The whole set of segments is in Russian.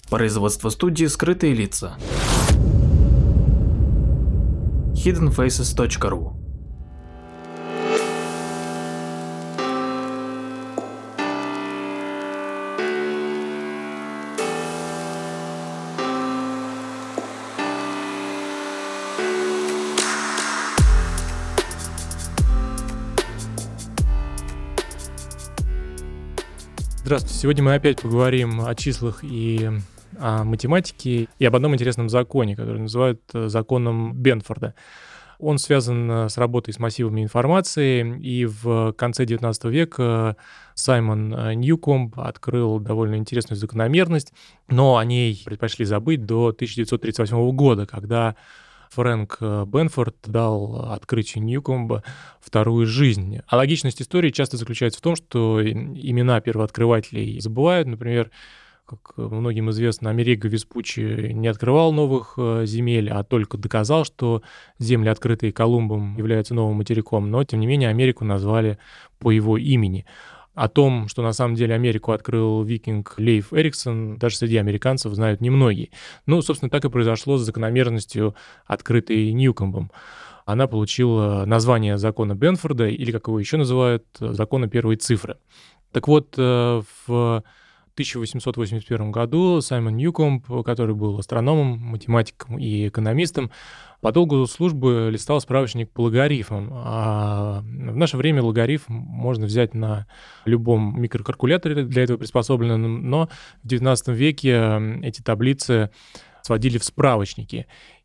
Производство студии «Скрытые лица». hiddenfaces.ru. Здравствуйте. Сегодня мы опять поговорим о числах и о математике и об одном интересном законе, который называют законом Бенфорда. Он связан с работой с массивами информации, и в конце XIX века Саймон Ньюкомб открыл довольно интересную закономерность, но о ней предпочли забыть до 1938 года, когда Фрэнк Бенфорд дал открытию Ньюкомба вторую жизнь. А логичность истории часто заключается в том, что имена первооткрывателей забывают. Например, как многим известно, Америго Веспуччи не открывал новых земель, а только доказал, что земли, открытые Колумбом, являются новым материком. Но, тем не менее, Америку назвали по его имени. О том, что на самом деле Америку открыл викинг Лейф Эриксон, даже среди американцев знают немногие. Ну, собственно, так и произошло с закономерностью, открытой Ньюкомбом. Она получила название закона Бенфорда, или, как его еще называют, закона первой цифры. Так вот, в 1881 году Саймон Ньюкомб, который был астрономом, математиком и экономистом, по долгу службы листал справочник по логарифмам. А в наше время логарифм можно взять на любом микрокалькуляторе, для этого приспособленном, но в XIX веке эти таблицы сводили в справочники.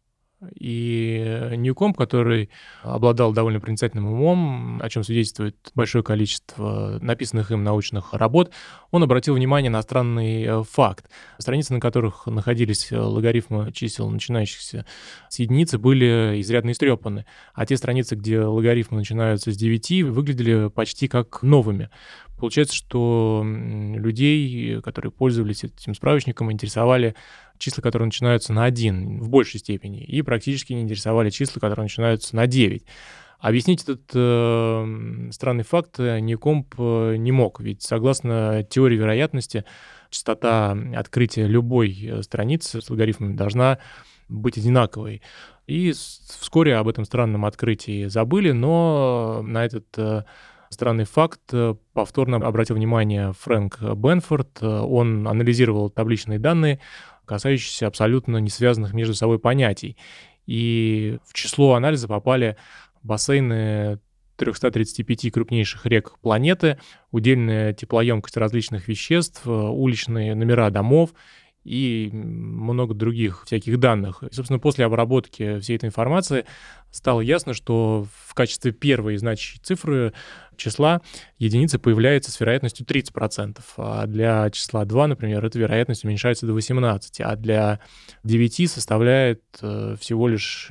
И Ньюкомб, который обладал довольно проницательным умом, о чем свидетельствует большое количество написанных им научных работ, он обратил внимание на странный факт. Страницы, на которых находились логарифмы чисел, начинающихся с единицы, были изрядно истрепаны, а те страницы, где логарифмы начинаются с 9, выглядели почти как новыми. Получается, что людей, которые пользовались этим справочником, интересовали числа, которые начинаются на 1 в большей степени, и практически не интересовали числа, которые начинаются на 9. Объяснить этот странный факт Ньюкомб не мог, ведь согласно теории вероятности, частота открытия любой страницы с логарифмами должна быть одинаковой. И вскоре об этом странном открытии забыли, но на этот странный факт повторно обратил внимание Фрэнк Бенфорд. Он анализировал табличные данные, касающиеся абсолютно не связанных между собой понятий. И в число анализа попали бассейны 335 крупнейших рек планеты, удельная теплоемкость различных веществ, уличные номера домов и много других всяких данных. И, собственно, после обработки всей этой информации стало ясно, что в качестве первой значащей цифры числа единица появляется с вероятностью 30%, а для числа 2, например, эта вероятность уменьшается до 18%, а для 9 составляет всего лишь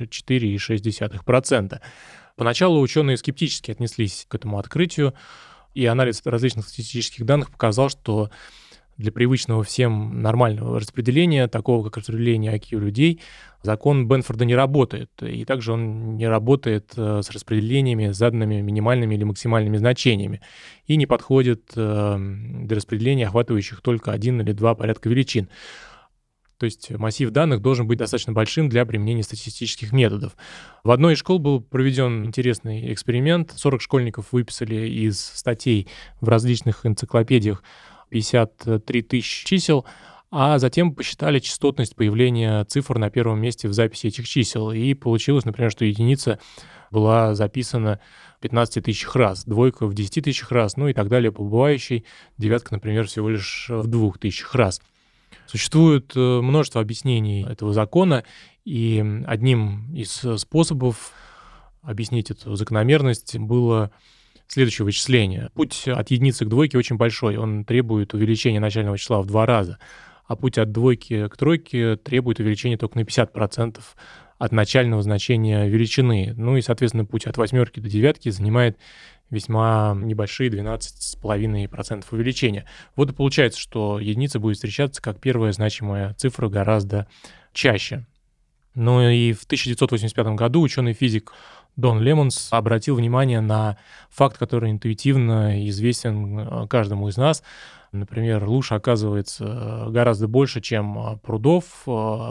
4,6%. Поначалу ученые скептически отнеслись к этому открытию, и анализ различных статистических данных показал, что для привычного всем нормального распределения, такого как распределение IQ людей, закон Бенфорда не работает. И также он не работает с распределениями, заданными минимальными или максимальными значениями, и не подходит для распределения, охватывающих только 1 или 2 порядка величин. То есть массив данных должен быть достаточно большим для применения статистических методов. В одной из школ был проведен интересный эксперимент. 40 школьников выписали из статей в различных энциклопедиях 53 тысячи чисел, а затем посчитали частотность появления цифр на первом месте в записи этих чисел. И получилось, например, что единица была записана в 15 тысячах раз, двойка в 10 тысячах раз, ну и так далее по убывающей, девятка, например, всего лишь в 2 тысячах раз. Существует множество объяснений этого закона, и одним из способов объяснить эту закономерность было следующее вычисление. Путь от единицы к двойке очень большой, он требует увеличения начального числа в 2 раза, а путь от двойки к тройке требует увеличения только на 50% от начального значения величины. Ну и, соответственно, путь от 8 до 9 занимает весьма небольшие 12,5% увеличения. Вот и получается, что единица будет встречаться как первая значимая цифра гораздо чаще. Ну и в 1985 году ученый-физик Дон Лемонс обратил внимание на факт, который интуитивно известен каждому из нас. Например, луж оказывается гораздо больше, чем прудов.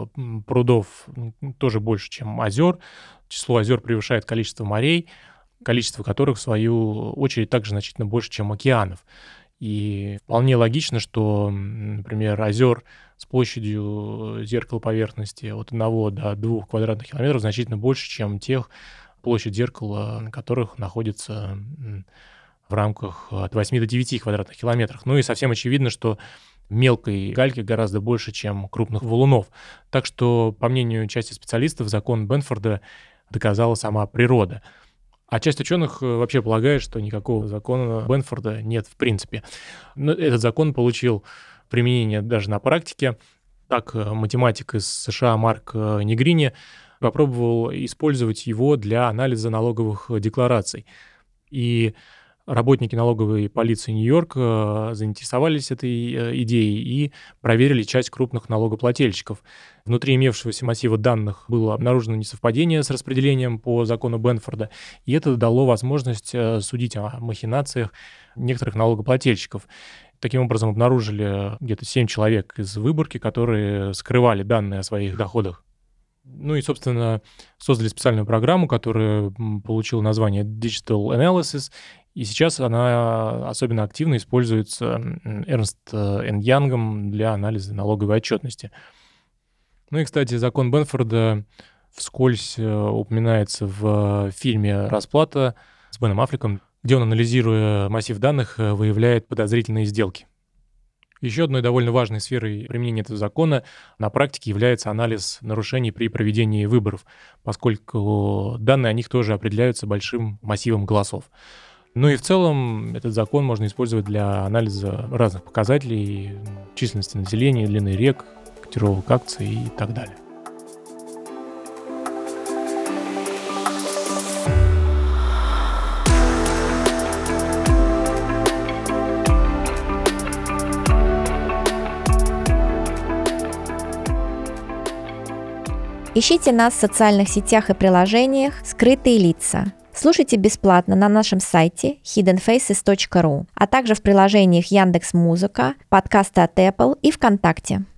Прудов тоже больше, чем озер. Число озер превышает количество морей, количество которых, в свою очередь, также значительно больше, чем океанов. И вполне логично, что, например, озер с площадью зеркала поверхности от 1 до 2 квадратных километров значительно больше, чем тех, площадь зеркала, на которых находится в рамках от 8 до 9 квадратных километров. Ну и совсем очевидно, что мелкой гальки гораздо больше, чем крупных валунов. Так что, по мнению части специалистов, закон Бенфорда доказала сама природа. А часть ученых вообще полагает, что никакого закона Бенфорда нет в принципе. Но этот закон получил применение даже на практике. Так, математик из США Марк Негрини попробовал использовать его для анализа налоговых деклараций. И работники налоговой полиции Нью-Йорка заинтересовались этой идеей и проверили часть крупных налогоплательщиков. Внутри имевшегося массива данных было обнаружено несовпадение с распределением по закону Бенфорда, и это дало возможность судить о махинациях некоторых налогоплательщиков. Таким образом, обнаружили где-то 7 человек из выборки, которые скрывали данные о своих доходах. Ну и, собственно, создали специальную программу, которая получила название Digital Analysis, и сейчас она особенно активно используется Ernst Young для анализа налоговой отчетности. Ну и, кстати, закон Бенфорда вскользь упоминается в фильме «Расплата» с Беном Аффлеком, где он, анализируя массив данных, выявляет подозрительные сделки. Еще одной довольно важной сферой применения этого закона на практике является анализ нарушений при проведении выборов, поскольку данные о них тоже определяются большим массивом голосов. Ну и в целом этот закон можно использовать для анализа разных показателей, численности населения, длины рек, котировок акций и так далее. Ищите нас в социальных сетях и приложениях «Скрытые лица». Слушайте бесплатно на нашем сайте hiddenfaces.ru, а также в приложениях Яндекс.Музыка, подкасты от Apple и ВКонтакте.